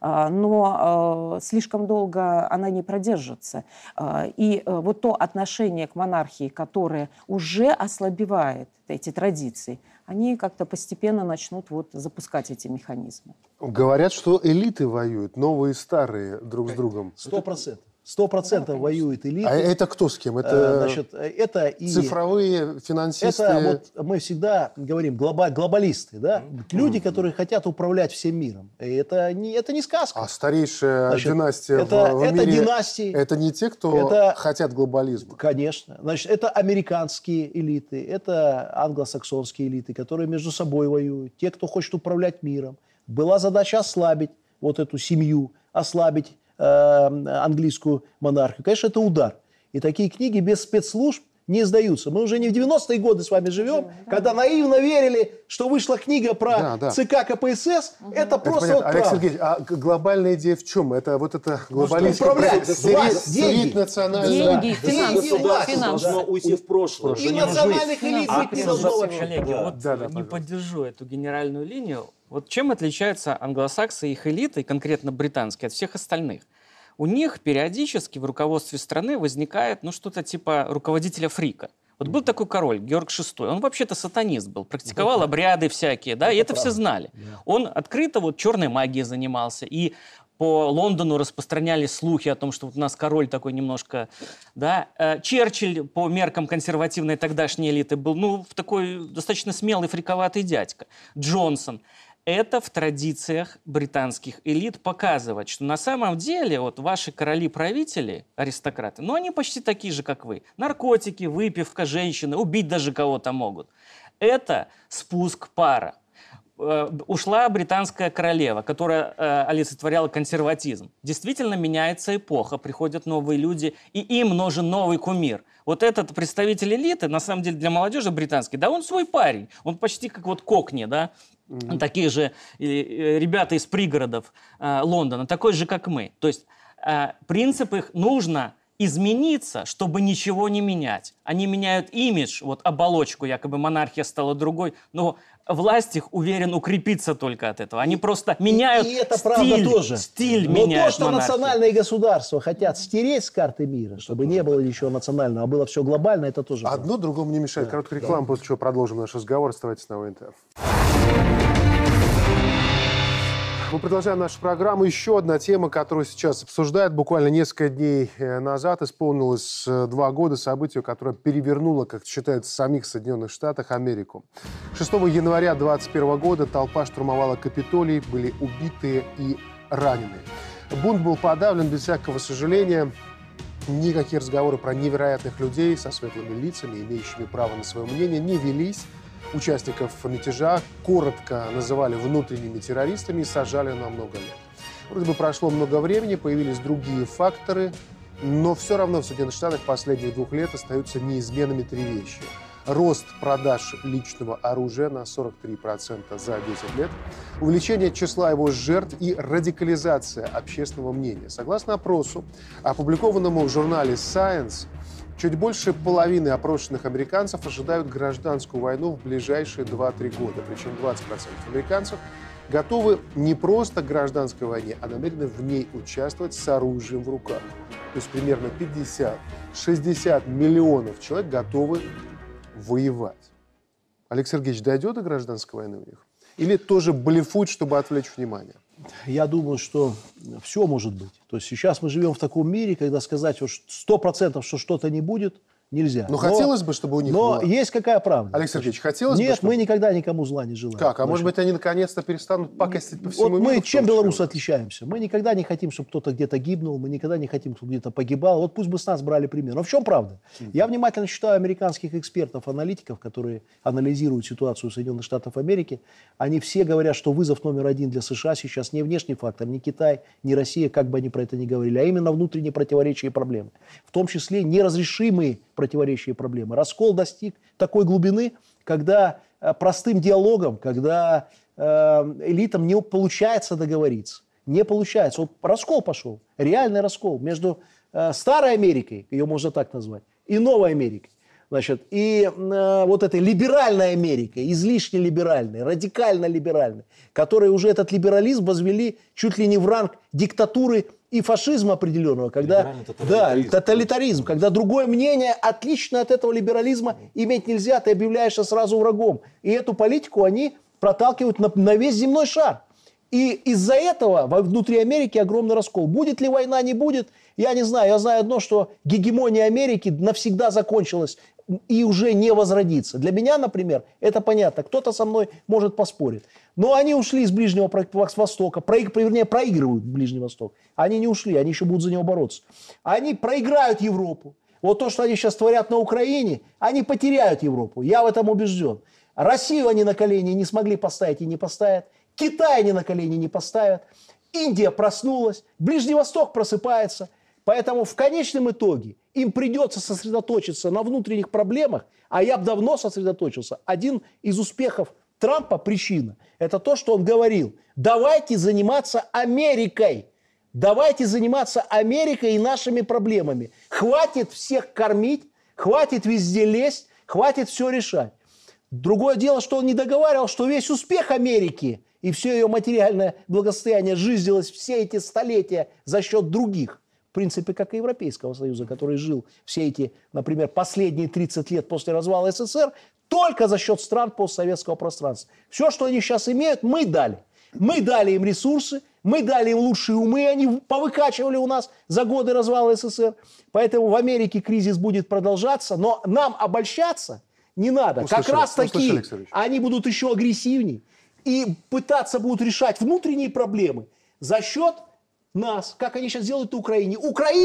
но слишком долго она не продержится. И вот то отношение к монархии, которое уже ослабевает эти традиции, они как-то постепенно начнут вот запускать эти механизмы. Говорят, что элиты воюют, новые и старые, друг с другом. 100%. 100% воюют элиты. А это кто с кем? Это, значит, это и цифровые финансисты? Это вот мы всегда говорим глобалисты, да? Люди, которые хотят управлять всем миром. И это не сказка. А старейшая династия в мире, династии. Это не те, кто хотят глобализма? Конечно. Значит, это американские элиты, это англосаксонские элиты, которые между собой воюют. Те, кто хочет управлять миром. Была задача ослабить вот эту семью, ослабить английскую монархию. Конечно, это удар. И такие книги без спецслужб не издаются. Мы уже не в 90-е годы с вами живем, когда наивно верили, что вышла книга про ЦК КПСС. Это просто вот Олег Сергеевич, а глобальная идея в чем? Это вот это глобалистское... Деньги, финансы. Должно уйти в прошлое. И национальных элит не должно вообще. Коллеги, вот не поддержу эту генеральную линию. Вот чем отличаются англосаксы и их элиты, конкретно британские, от всех остальных? У них периодически в руководстве страны возникает что-то типа руководителя фрика. Вот был такой король, Георг VI, он вообще-то сатанист был, практиковал обряды всякие, да, и это все знали. Он открыто черной магией занимался, и по Лондону распространялись слухи о том, что вот у нас король такой немножко, да. Черчилль по меркам консервативной тогдашней элиты был, такой достаточно смелый, фриковатый дядька. Джонсон. Это в традициях британских элит показывать, что на самом деле вот ваши короли-правители, аристократы, они почти такие же, как вы. Наркотики, выпивка, женщины, убить даже кого-то могут. Это спуск пара. ушла британская королева, которая олицетворяла консерватизм. Действительно меняется эпоха, приходят новые люди, и им нужен новый кумир. Вот этот представитель элиты, на самом деле, для молодежи британской, да, он свой парень. Он почти как вот Кокни, да, такие же ребята из пригородов Лондона, такой же, как мы. То есть принцип их нужно измениться, чтобы ничего не менять. Они меняют имидж, вот оболочку, якобы монархия стала другой, но власть их, уверен, укрепится только от этого. Они просто меняют и это правда тоже. Стиль но меняют то, что монархию. Национальные государства хотят стереть с карты мира, чтобы не было еще национального, а было все глобально, это тоже одно правда. другому не мешает. Короткая реклама, после чего продолжим наш разговор. Оставайтесь на ОНТ. Мы продолжаем нашу программу. Еще одна тема, которую сейчас обсуждают. Буквально несколько дней назад исполнилось 2 года событию, которое перевернуло, как считается, самих Соединенных Штатах Америку. 6 января 2021 года толпа штурмовала Капитолий, были убитые и раненые. Бунт был подавлен без всякого сожаления. Никакие разговоры про невероятных людей со светлыми лицами, имеющими право на свое мнение, не велись. Участников мятежа коротко называли внутренними террористами и сажали на много лет. Вроде бы прошло много времени, появились другие факторы, но все равно в Соединенных Штатах последние 2 лет остаются неизменными 3 вещи. Рост продаж личного оружия на 43% за 10 лет, увеличение числа его жертв и радикализация общественного мнения. Согласно опросу, опубликованному в журнале Science, чуть больше половины опрошенных американцев ожидают гражданскую войну в ближайшие 2-3 года. Причем 20% американцев готовы не просто к гражданской войне, а намерены в ней участвовать с оружием в руках. То есть примерно 50-60 миллионов человек готовы воевать. Олег Сергеевич, дойдет до гражданской войны у них? Или тоже блефуют, чтобы отвлечь внимание? Я думаю, что все может быть. То есть сейчас мы живем в таком мире, когда сказать 100%, что что-то не будет, нельзя. Но хотелось бы, чтобы у них было. Но есть какая правда. Олег Сергеевич, хотелось бы, Нет, чтобы... мы никогда никому зла не желаем. Как? А может быть, они наконец-то перестанут пакостить по всему вот миру? Мы чем белорусы отличаемся? Мы никогда не хотим, чтобы кто-то где-то гибнул, мы никогда не хотим, чтобы где-то погибал. Вот пусть бы с нас брали пример. Но в чем правда? Я внимательно читаю американских экспертов, аналитиков, которые анализируют ситуацию Соединенных Штатов Америки. Они все говорят, что вызов номер 1 для США сейчас не внешний фактор, не Китай, не Россия, как бы они про это ни говорили, а именно внутренние противоречия и проблемы. В том числе неразрешимые противоречия и проблемы. Раскол достиг такой глубины, когда простым диалогом, когда элитам не получается договориться. Не получается. Вот раскол пошел, реальный раскол между старой Америкой, ее можно так назвать, и новой Америкой. Значит, и вот этой либеральной Америкой, излишне либеральной, радикально либеральной, которые уже этот либерализм возвели чуть ли не в ранг диктатуры и фашизма определенного, когда тоталитаризм, когда другое мнение, отличное от этого либерализма, иметь нельзя, ты объявляешься сразу врагом. И эту политику они проталкивают на весь земной шар. И из-за этого внутри Америки огромный раскол. Будет ли война, не будет, я не знаю. Я знаю одно, что гегемония Америки навсегда закончилась и уже не возродится. Для меня, например, это понятно. Кто-то со мной может поспорить. Но они ушли из Ближнего Востока, проигрывают Ближний Восток. Они не ушли, они еще будут за него бороться. Они проиграют Европу. Вот то, что они сейчас творят на Украине, они потеряют Европу. Я в этом убежден. Россию они на колени не смогли поставить и не поставят. Китай они на колени не поставят. Индия проснулась. Ближний Восток просыпается. Поэтому в конечном итоге им придется сосредоточиться на внутренних проблемах, а я бы давно сосредоточился. Один из успехов Трампа, причина, это то, что он говорил: давайте заниматься Америкой. Давайте заниматься Америкой и нашими проблемами. Хватит всех кормить, хватит везде лезть, хватит все решать. Другое дело, что он не договаривал, что весь успех Америки и все ее материальное благосостояние жизнилось все эти столетия за счет других. В принципе, как и Европейского Союза, который жил все эти, например, последние 30 лет после развала СССР только за счет стран постсоветского пространства. Все, что они сейчас имеют, мы дали. Мы дали им ресурсы, мы дали им лучшие умы, они повыкачивали у нас за годы развала СССР. Поэтому в Америке кризис будет продолжаться, но нам обольщаться не надо. Как раз таки они будут еще агрессивнее и пытаться будут решать внутренние проблемы за счет нас, как они сейчас делают на Украине. Украина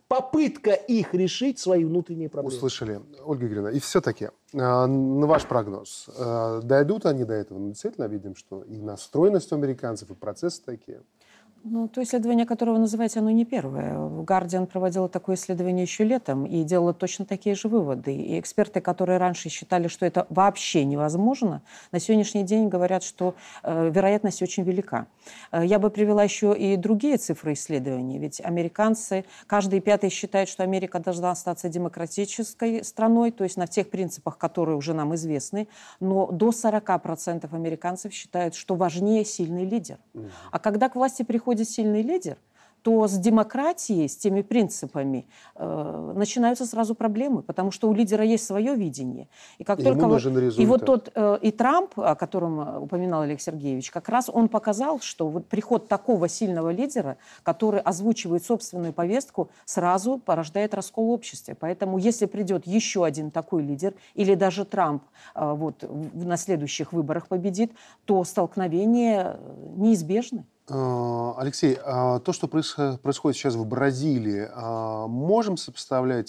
попытка их решить свои внутренние проблемы. Услышали. Ольга Игоревна, и все-таки, на ваш прогноз, дойдут они до этого? Мы действительно видим, что и настроенность у американцев, и процессы такие. Ну, то исследование, которое вы называете, оно не первое. Guardian проводила такое исследование еще летом и делала точно такие же выводы. И эксперты, которые раньше считали, что это вообще невозможно, на сегодняшний день говорят, что вероятность очень велика. Я бы привела еще и другие цифры исследований. Ведь американцы, каждый пятый считает, что Америка должна остаться демократической страной, то есть на тех принципах, которые уже нам известны. Но до 40% американцев считают, что важнее сильный лидер. А когда к власти приходит сильный лидер, то с демократией, с теми принципами начинаются сразу проблемы, потому что у лидера есть свое видение. И как только и вот тот и Трамп, о котором упоминал Олег Сергеевич, как раз он показал, что вот приход такого сильного лидера, который озвучивает собственную повестку, сразу порождает раскол в обществе. Поэтому если придет еще один такой лидер, или даже Трамп вот, на следующих выборах победит, то столкновения неизбежны. Алексей, то, что происходит сейчас в Бразилии, можем сопоставлять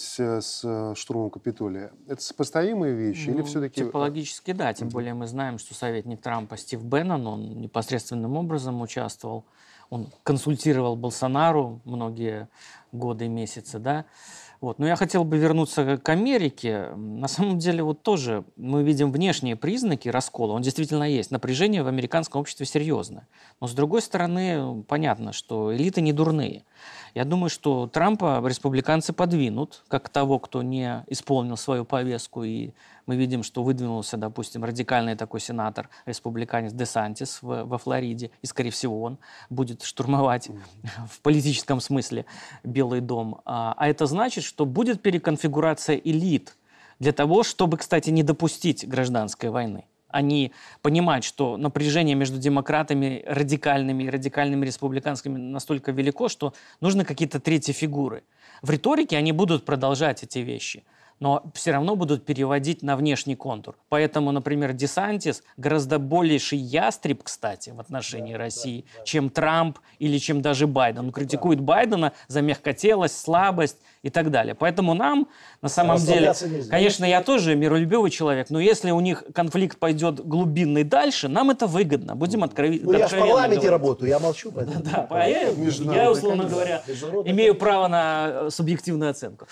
с штурмом Капитолия? Это сопоставимые вещи или все-таки... Типологически да, тем более мы знаем, что советник Трампа Стив Беннон, он непосредственным образом участвовал, он консультировал Болсонару многие годы и месяцы, да. Вот. Но я хотел бы вернуться к Америке. На самом деле вот тоже мы видим внешние признаки раскола. Он действительно есть. Напряжение в американском обществе серьезно. Но с другой стороны, понятно, что элиты не дурные. Я думаю, что Трампа республиканцы подвинут, как того, кто не исполнил свою повестку. И мы видим, что выдвинулся, допустим, радикальный такой сенатор, республиканец Десантис во Флориде. И, скорее всего, он будет штурмовать в политическом смысле Белый дом. А это значит, что будет переконфигурация элит для того, чтобы, кстати, не допустить гражданской войны. Они понимают, что напряжение между демократами радикальными и радикальными республиканскими настолько велико, что нужны какие-то третьи фигуры. В риторике они будут продолжать эти вещи, но все равно будут переводить на внешний контур. Поэтому, например, Десантис гораздо больший ястреб, кстати, в отношении России, чем Трамп или чем даже Байден. Он критикует Байдена за мягкотелость, слабость и так далее. Поэтому нам, на самом деле, конечно, я тоже миролюбивый человек, но если у них конфликт пойдет глубинный дальше, нам это выгодно. Будем откровенно. Я в парламенте работаю, я молчу. Да, я, условно говоря, имею право на субъективную оценку.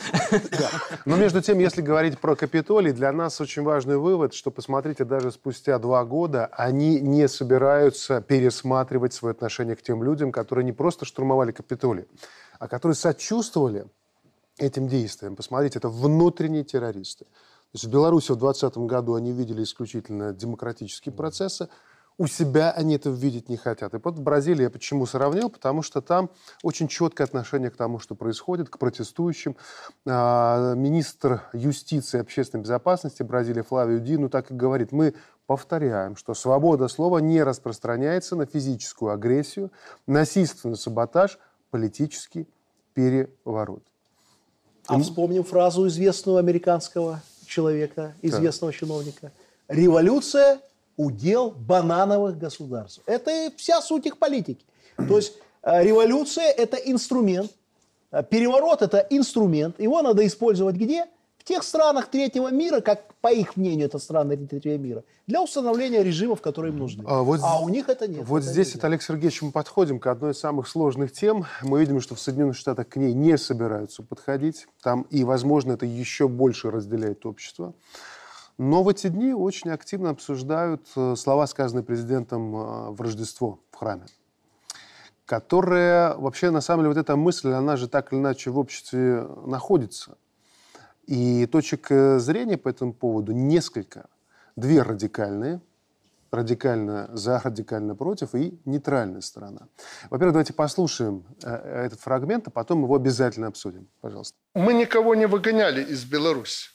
Но между тем, если говорить про Капитолий, для нас очень важный вывод, что, посмотрите, даже спустя 2 года они не собираются пересматривать свое отношение к тем людям, которые не просто штурмовали Капитолий, а которые сочувствовали этим действиям. Посмотрите, это внутренние террористы. То есть в Беларуси в 2020 году они видели исключительно демократические процессы, у себя они это видеть не хотят. И вот в Бразилии я почему сравнил? Потому что там очень четкое отношение к тому, что происходит, к протестующим. Министр юстиции и общественной безопасности Бразилии Флавио Дину так и говорит: мы повторяем, что свобода слова не распространяется на физическую агрессию, насильственный саботаж, политический переворот. А вспомним фразу известного американского человека, известного чиновника. Революция – удел банановых государств. Это вся суть их политики. То есть революция – это инструмент, переворот – это инструмент. Его надо использовать где? В тех странах третьего мира, как по их мнению это страны третьего мира, для установления режимов, которые им нужны. А у них это нет. Вот здесь, это, Олег Сергеевич, мы подходим к одной из самых сложных тем. Мы видим, что в Соединенных Штатах к ней не собираются подходить. Там и, возможно, это еще больше разделяет общество. Но в эти дни очень активно обсуждают слова, сказанные президентом в Рождество в храме, которая вообще, на самом деле, вот эта мысль, она же так или иначе в обществе находится. И точек зрения по этому поводу несколько. 2 радикальные. Радикально за, радикально против и нейтральная сторона. Во-первых, давайте послушаем этот фрагмент, а потом его обязательно обсудим. Пожалуйста. Мы никого не выгоняли из Беларуси.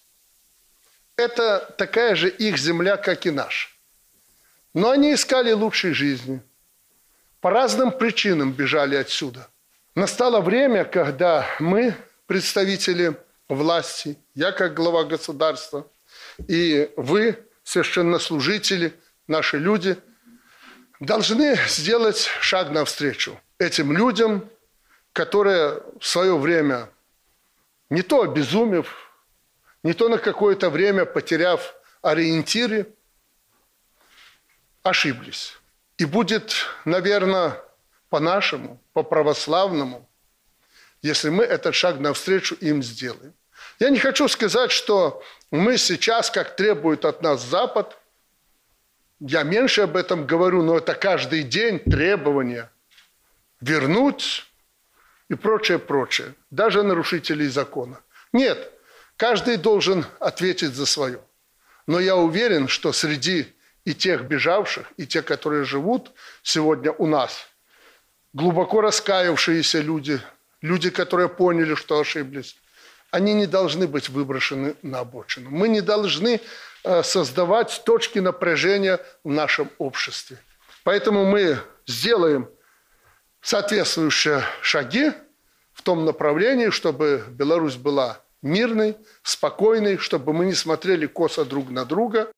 Это такая же их земля, как и наша. Но они искали лучшей жизни. По разным причинам бежали отсюда. Настало время, когда мы, представители власти, я как глава государства, и вы, священнослужители, наши люди, должны сделать шаг навстречу этим людям, которые в свое время не то обезумев, не то на какое-то время потеряв ориентиры, ошиблись. И будет, наверное, по-нашему, по-православному, если мы этот шаг навстречу им сделаем. Я не хочу сказать, что мы сейчас, как требует от нас Запад, я меньше об этом говорю, но это каждый день требования вернуть и прочее, прочее. Даже нарушителей закона. Нет, каждый должен ответить за свое. Но я уверен, что среди и тех бежавших, и тех, которые живут сегодня у нас, глубоко раскаявшиеся люди, люди, которые поняли, что ошиблись, они не должны быть выброшены на обочину. Мы не должны создавать точки напряжения в нашем обществе. Поэтому мы сделаем соответствующие шаги в том направлении, чтобы Беларусь была мирной, спокойной, чтобы мы не смотрели косо друг на друга.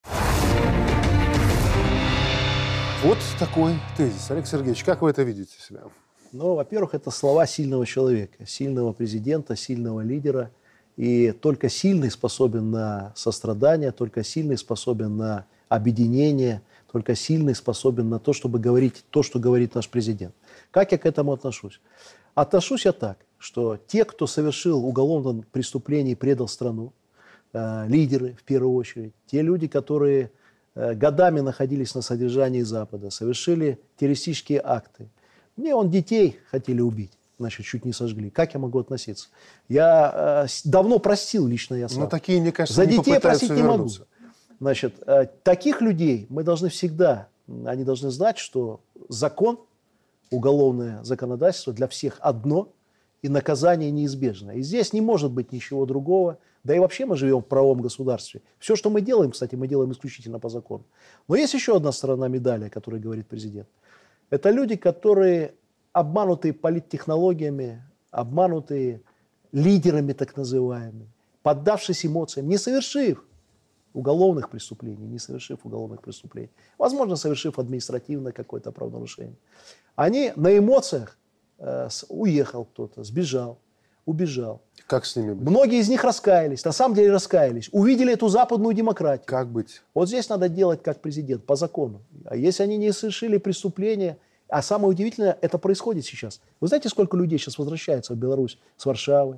Вот такой тезис. Олег Сергеевич, как вы это видите себя? Ну, во-первых, это слова сильного человека, сильного президента, сильного лидера. И только сильный способен на сострадание, только сильный способен на объединение, только сильный способен на то, чтобы говорить то, что говорит наш президент. Как я к этому отношусь? Отношусь я так, что те, кто совершил уголовное преступление и предал страну, лидеры в первую очередь, те люди, которые годами находились на содержании Запада, совершили террористические акты. Мне детей хотели убить, значит, чуть не сожгли. Как я могу относиться? Я давно простил, лично я сам. Но такие, мне кажется, за не детей простить не могу. вернуться. Значит, таких людей мы должны всегда, они должны знать, что закон, уголовное законодательство для всех одно, и наказание неизбежно. И здесь не может быть ничего другого. Да и вообще мы живем в правовом государстве. Все, что мы делаем, кстати, мы делаем исключительно по закону. Но есть еще одна сторона медали, о которой говорит президент. Это люди, которые обманутые политтехнологиями, обманутые лидерами так называемыми, поддавшись эмоциям, не совершив уголовных преступлений, возможно, совершив административное какое-то правонарушение. Они на эмоциях уехал кто-то, сбежал, убежал. Как с ними быть? Многие из них раскаялись, на самом деле раскаялись, увидели эту западную демократию. Как быть? Вот здесь надо делать как президент, по закону. А если они не совершили преступления, а самое удивительное, это происходит сейчас. Вы знаете, сколько людей сейчас возвращается в Беларусь с Варшавы?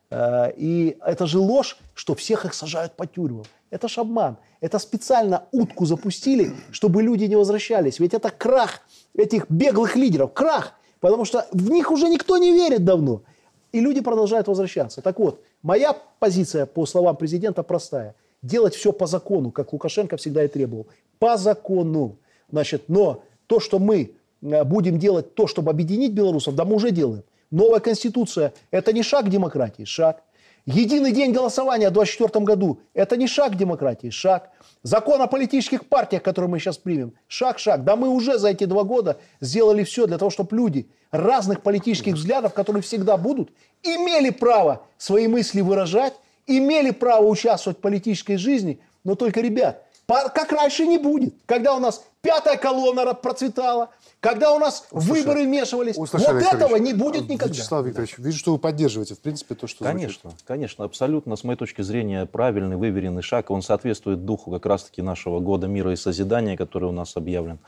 И это же ложь, что всех их сажают по тюрьмам. Это ж обман. Это специально утку запустили, чтобы люди не возвращались. Ведь это крах этих беглых лидеров. Крах. Потому что в них уже никто не верит давно. И люди продолжают возвращаться. Так вот, моя позиция, по словам президента, простая. Делать все по закону, как Лукашенко всегда и требовал. По закону. Значит, но то, что мы будем делать, то, чтобы объединить белорусов, да мы уже делаем. Новая конституция – это не шаг к демократии, шаг. Единый день голосования в 2024 году – это не шаг к демократии, шаг. Закон о политических партиях, который мы сейчас примем, шаг. Да мы уже за эти 2 года сделали все для того, чтобы люди разных политических взглядов, которые всегда будут, имели право свои мысли выражать, имели право участвовать в политической жизни, но только, ребят, как раньше не будет. Когда у нас 5-я колонна процветала, когда у нас выборы вмешивались, вот этого не будет никогда. Вячеслав Викторович, вижу, что вы поддерживаете, в принципе, то, что Конечно, абсолютно, с моей точки зрения, правильный, выверенный шаг. Он соответствует духу как раз-таки нашего года мира и созидания, который у нас объявлен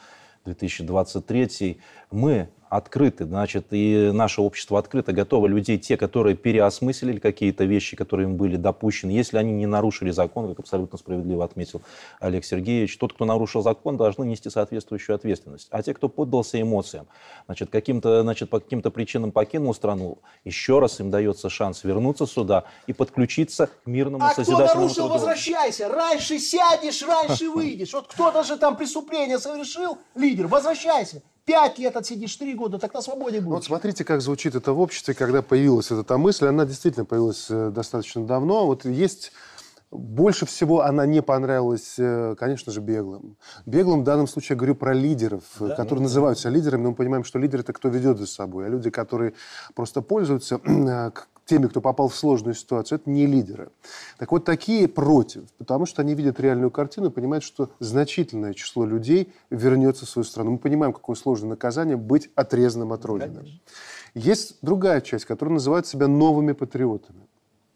2023. Мы открыты, значит, и наше общество открыто, готово людей, те, которые переосмыслили какие-то вещи, которые им были допущены, если они не нарушили закон, как абсолютно справедливо отметил Олег Сергеевич, тот, кто нарушил закон, должны нести соответствующую ответственность. А те, кто поддался эмоциям, значит, по каким-то причинам покинул страну, еще раз им дается шанс вернуться сюда и подключиться к мирному созидательному труду. А кто нарушил, возвращайся. Раньше сядешь, раньше выйдешь. Вот кто-то же там преступление совершил, лидер, возвращайся. 5 лет отсидишь, 3 года, так на свободе будешь. Вот смотрите, как звучит это в обществе, когда появилась эта мысль. Она действительно появилась достаточно давно. Вот есть... Больше всего она не понравилась, конечно же, беглым. Беглым в данном случае я говорю про лидеров, которые называют себя лидерами, но мы понимаем, что лидер – это кто ведет за собой. А люди, которые просто пользуются теми, кто попал в сложную ситуацию, это не лидеры. Так вот, такие против, потому что они видят реальную картину и понимают, что значительное число людей вернется в свою страну. Мы понимаем, какое сложное наказание быть отрезанным от Родины. Есть другая часть, которая называет себя новыми патриотами.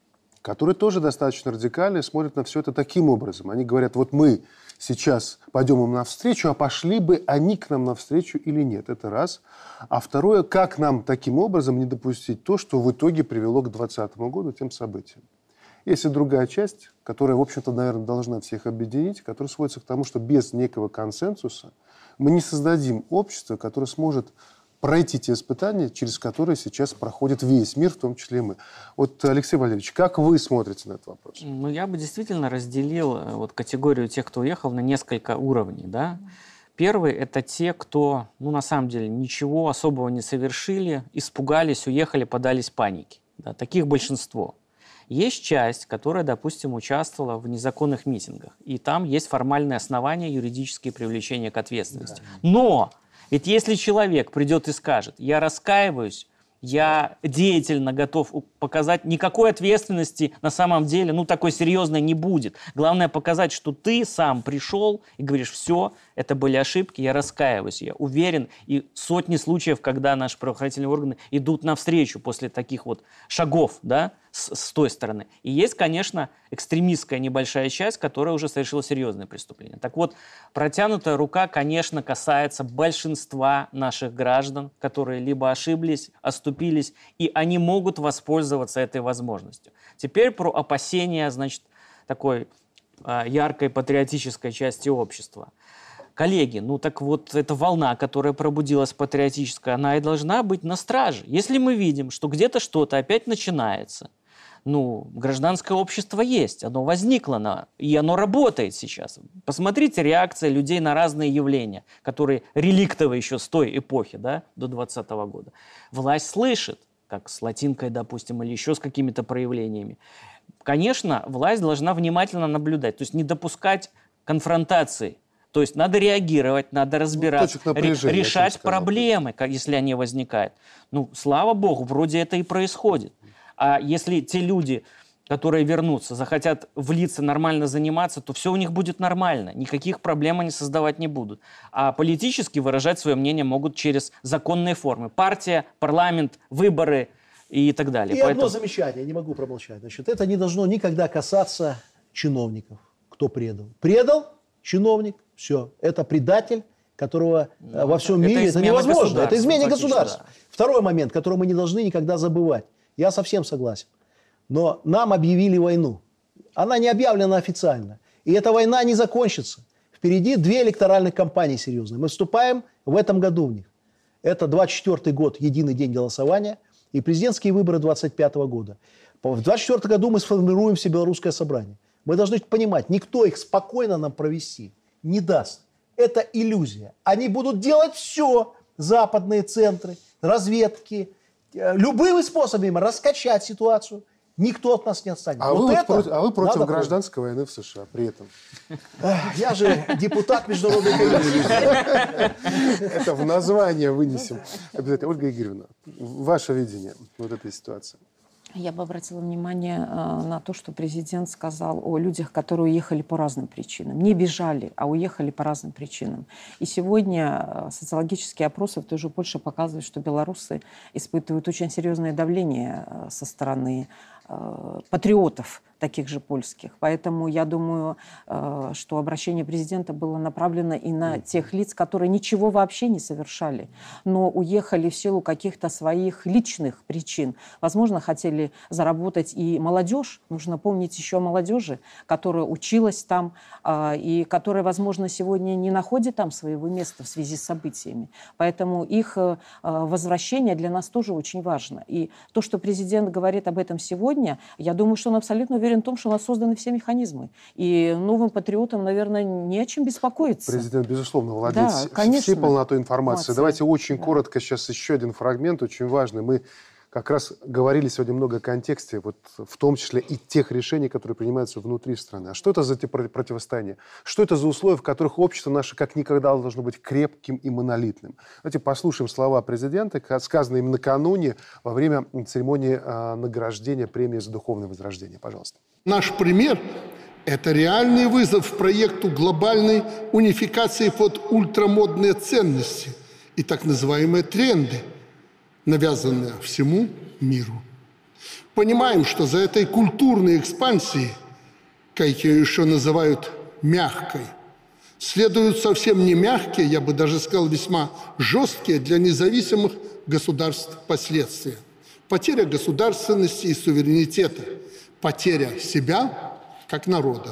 которые тоже достаточно радикальны, смотрят на все это таким образом. Они говорят, вот мы сейчас пойдем им навстречу, а пошли бы они к нам навстречу или нет. Это раз. А второе, как нам таким образом не допустить то, что в итоге привело к 2020 году тем событиям. Есть и другая часть, которая, в общем-то, наверное, должна всех объединить, которая сводится к тому, что без некого консенсуса мы не создадим общество, которое сможет пройти те испытания, через которые сейчас проходит весь мир, в том числе и мы. Вот, Алексей Валерьевич, как вы смотрите на этот вопрос? Ну, я бы действительно разделил вот категорию тех, кто уехал, на несколько уровней, да. Первый – это те, кто, ну, на самом деле, ничего особого не совершили, испугались, уехали, поддались панике. Да, таких большинство. Есть часть, которая, допустим, участвовала в незаконных митингах, и там есть формальные основания юридические привлечения к ответственности. Да. Но ведь если человек придет и скажет, я раскаиваюсь, я деятельно готов показать, никакой ответственности на самом деле, ну, такой серьезной не будет. Главное показать, что ты сам пришел и говоришь, все, это были ошибки, я раскаиваюсь, я уверен. И сотни случаев, когда наши правоохранительные органы идут навстречу после таких вот шагов, да, с той стороны. И есть, конечно, экстремистская небольшая часть, которая уже совершила серьезные преступления. Так вот, протянутая рука, конечно, касается большинства наших граждан, которые либо ошиблись, оступились, и они могут воспользоваться этой возможностью. Теперь про опасения, значит, такой яркой патриотической части общества. Коллеги, ну так вот эта волна, которая пробудилась патриотическая, она и должна быть на страже. Если мы видим, что где-то что-то опять начинается, ну, гражданское общество есть, оно возникло, и оно работает сейчас. Посмотрите реакции людей на разные явления, которые реликтовые еще с той эпохи, да, до 2020 года. Власть слышит, как с латинкой, допустим, или еще с какими-то проявлениями. Конечно, власть должна внимательно наблюдать, то есть не допускать конфронтации. То есть надо реагировать, надо разбираться, решать проблемы, если они возникают. Ну, слава богу, вроде это и происходит. А если те люди, которые вернутся, захотят влиться, нормально заниматься, то все у них будет нормально. Никаких проблем они создавать не будут. А политически выражать свое мнение могут через законные формы. Партия, парламент, выборы и так далее. И одно замечание, не могу промолчать. Значит, это не должно никогда касаться чиновников, кто предал. Предал чиновник, все. Это предатель, которого во всем мире это невозможно. Это измена государства. Да. Второй момент, который мы не должны никогда забывать. Я совсем согласен. Но нам объявили войну. Она не объявлена официально. И эта война не закончится. Впереди 2 электоральных кампании серьезные. Мы вступаем в этом году в них. Это 24-й год, единый день голосования, и президентские выборы 25 года. В 24 году мы сформируем Всебелорусское собрание. Мы должны понимать, никто их спокойно нам провести не даст. Это иллюзия. Они будут делать все, западные центры, разведки, любыми способами раскачать ситуацию. Никто от нас не отстанет. А вы против гражданской войны в США при этом? Я же депутат международной комиссии. Это в название вынесем. Обязательно. Ольга Игоревна, ваше видение вот этой ситуации. Я бы обратила внимание на то, что президент сказал о людях, которые уехали по разным причинам. Не бежали, а уехали по разным причинам. И сегодня социологические опросы в той же Польше показывают, что белорусы испытывают очень серьезное давление со стороны патриотов, таких же польских. Поэтому я думаю, что обращение президента было направлено и на тех лиц, которые ничего вообще не совершали, но уехали в силу каких-то своих личных причин. Возможно, хотели заработать и молодежь. Нужно помнить еще о молодежи, которая училась там и которая, возможно, сегодня не находит там своего места в связи с событиями. Поэтому их возвращение для нас тоже очень важно. И то, что президент говорит об этом сегодня, я думаю, что он абсолютно уверен в том, что у нас созданы все механизмы. И новым патриотам, наверное, не о чем беспокоиться. Президент, безусловно, владеет всей полнотой информации. Давайте очень коротко сейчас еще один фрагмент, очень важный. Мы как раз говорили сегодня много о контексте, вот, в том числе и тех решений, которые принимаются внутри страны. А что это за противостояние? Что это за условия, в которых общество наше как никогда должно быть крепким и монолитным? Давайте послушаем слова президента, сказанные им накануне во время церемонии награждения премии за духовное возрождение. Пожалуйста. Наш пример – это реальный вызов проекту глобальной унификации под ультрамодные ценности и так называемые тренды, навязанные всему миру. Понимаем, что за этой культурной экспансией, как ее еще называют мягкой, следуют совсем не мягкие, я бы даже сказал, весьма жесткие для независимых государств последствия. Потеря государственности и суверенитета, потеря себя как народа.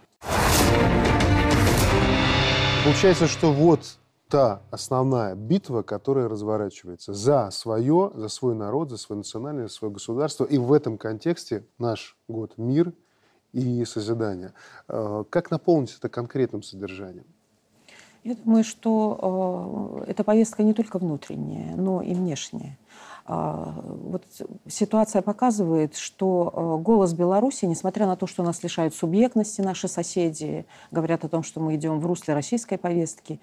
Получается, что вот та основная битва, которая разворачивается за свое, за свой народ, за свое национальное, за свое государство. И в этом контексте наш год «Мир» и созидание. Как наполнить это конкретным содержанием? Я думаю, что эта повестка не только внутренняя, но и внешняя. Вот ситуация показывает, что голос Беларуси, несмотря на то, что нас лишают субъектности наши соседи, говорят о том, что мы идем в русле российской повестки,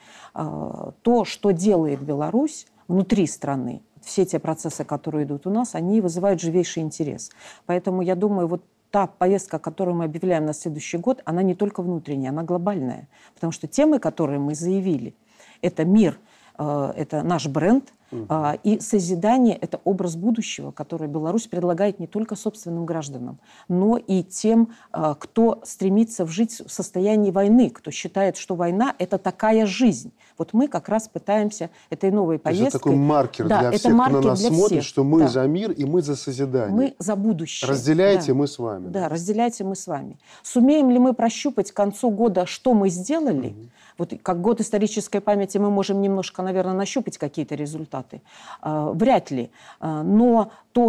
то, что делает Беларусь внутри страны, все те процессы, которые идут у нас, они вызывают живейший интерес. Поэтому я думаю, вот та повестка, которую мы объявляем на следующий год, она не только внутренняя, она глобальная. Потому что темы, которые мы заявили, это мир, это наш бренд, и созидание – это образ будущего, который Беларусь предлагает не только собственным гражданам, но и тем, кто стремится жить в состоянии войны, кто считает, что война – это такая жизнь. Вот мы как раз пытаемся этой новой повесткой… Это такой маркер для всех, кто на нас смотрит, что мы за мир и мы за созидание. Мы за будущее. Разделяйте, мы с вами. Да, разделяйте, мы с вами. Сумеем ли мы прощупать к концу года, что мы сделали? Вот как год исторической памяти мы можем немножко, наверное, нащупать какие-то результаты. Вряд ли. Но то,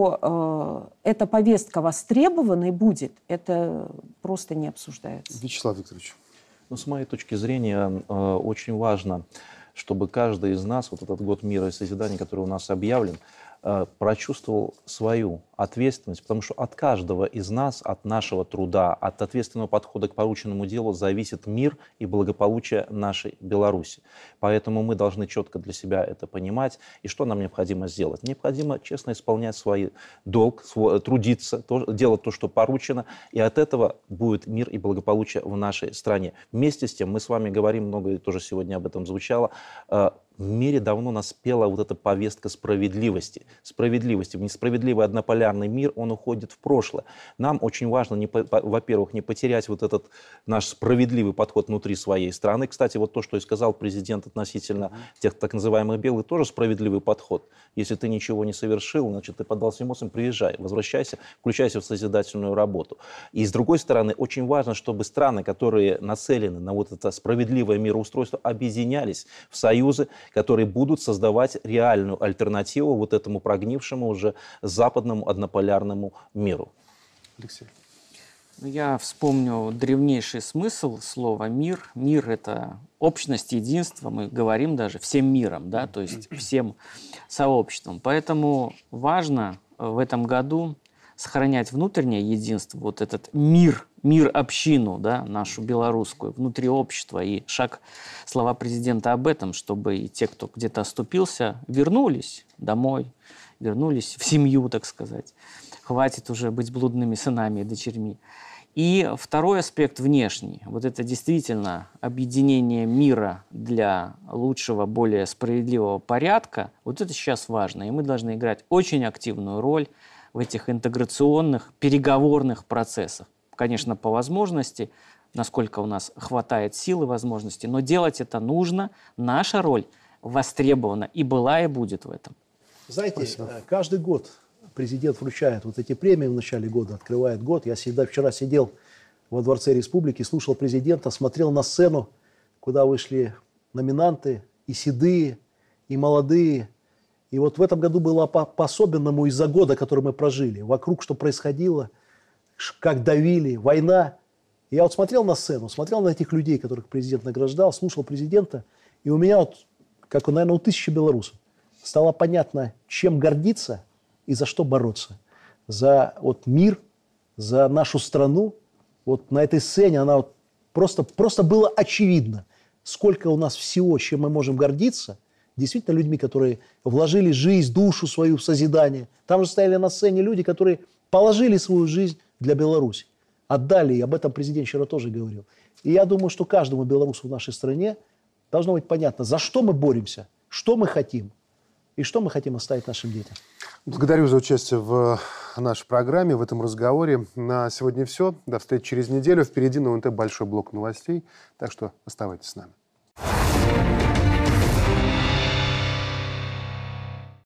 что эта повестка востребованной будет, это просто не обсуждается. Вячеслав Викторович. Ну, с моей точки зрения, очень важно, чтобы каждый из нас, вот этот год мира и созидания, который у нас объявлен, прочувствовал свою ответственность, потому что от каждого из нас, от нашего труда, от ответственного подхода к порученному делу зависит мир и благополучие нашей Беларуси. Поэтому мы должны четко для себя это понимать. И что нам необходимо сделать? Необходимо честно исполнять свой долг, трудиться, делать то, что поручено, и от этого будет мир и благополучие в нашей стране. Вместе с тем, мы с вами говорим, много и тоже сегодня об этом звучало, в мире давно наспела вот эта повестка справедливости. Справедливости. В несправедливый однополярный мир, он уходит в прошлое. Нам очень важно, во-первых, не потерять вот этот наш справедливый подход внутри своей страны. Кстати, вот то, что и сказал президент относительно тех так называемых белых, тоже справедливый подход. Если ты ничего не совершил, значит, ты поддался эмоциям, приезжай, возвращайся, включайся в созидательную работу. И с другой стороны, очень важно, чтобы страны, которые нацелены на вот это справедливое мироустройство, объединялись в союзы, которые будут создавать реальную альтернативу вот этому прогнившему уже западному однополярному миру. Алексей. Я вспомню древнейший смысл слова «мир». Мир – это общность, единство, мы говорим даже всем миром, да, то есть всем сообществом. Поэтому важно в этом году сохранять внутреннее единство, вот этот мир-общину, да, нашу белорусскую, внутри общества. И слова президента об этом, чтобы и те, кто где-то оступился, вернулись домой, вернулись в семью, так сказать. Хватит уже быть блудными сынами и дочерьми. И второй аспект внешний. Вот это действительно объединение мира для лучшего, более справедливого порядка. Вот это сейчас важно. И мы должны играть очень активную роль в этих интеграционных, переговорных процессах. Конечно, по возможности, насколько у нас хватает сил и возможностей, но делать это нужно. Наша роль востребована и была, и будет в этом. Знаете, каждый год президент вручает вот эти премии в начале года, открывает год. Я вчера сидел во Дворце Республики, слушал президента, смотрел на сцену, куда вышли номинанты, и седые, и молодые. И вот в этом году было по-особенному из-за года, который мы прожили. Вокруг что происходило, как давили, война. И я вот смотрел на сцену, смотрел на этих людей, которых президент награждал, слушал президента. И у меня, вот, как, наверное, у тысячи белорусов, стало понятно, чем гордиться и за что бороться. За вот мир, за нашу страну. Вот на этой сцене она вот просто было очевидно, сколько у нас всего, чем мы можем гордиться. Действительно людьми, которые вложили жизнь, душу свою в созидание. Там же стояли на сцене люди, которые положили свою жизнь для Беларуси. Отдали, и об этом президент вчера тоже говорил. И я думаю, что каждому белорусу в нашей стране должно быть понятно, за что мы боремся, что мы хотим и что мы хотим оставить нашим детям. Благодарю за участие в нашей программе, в этом разговоре. На сегодня все. До встречи через неделю. Впереди на УНТ большой блок новостей, так что оставайтесь с нами.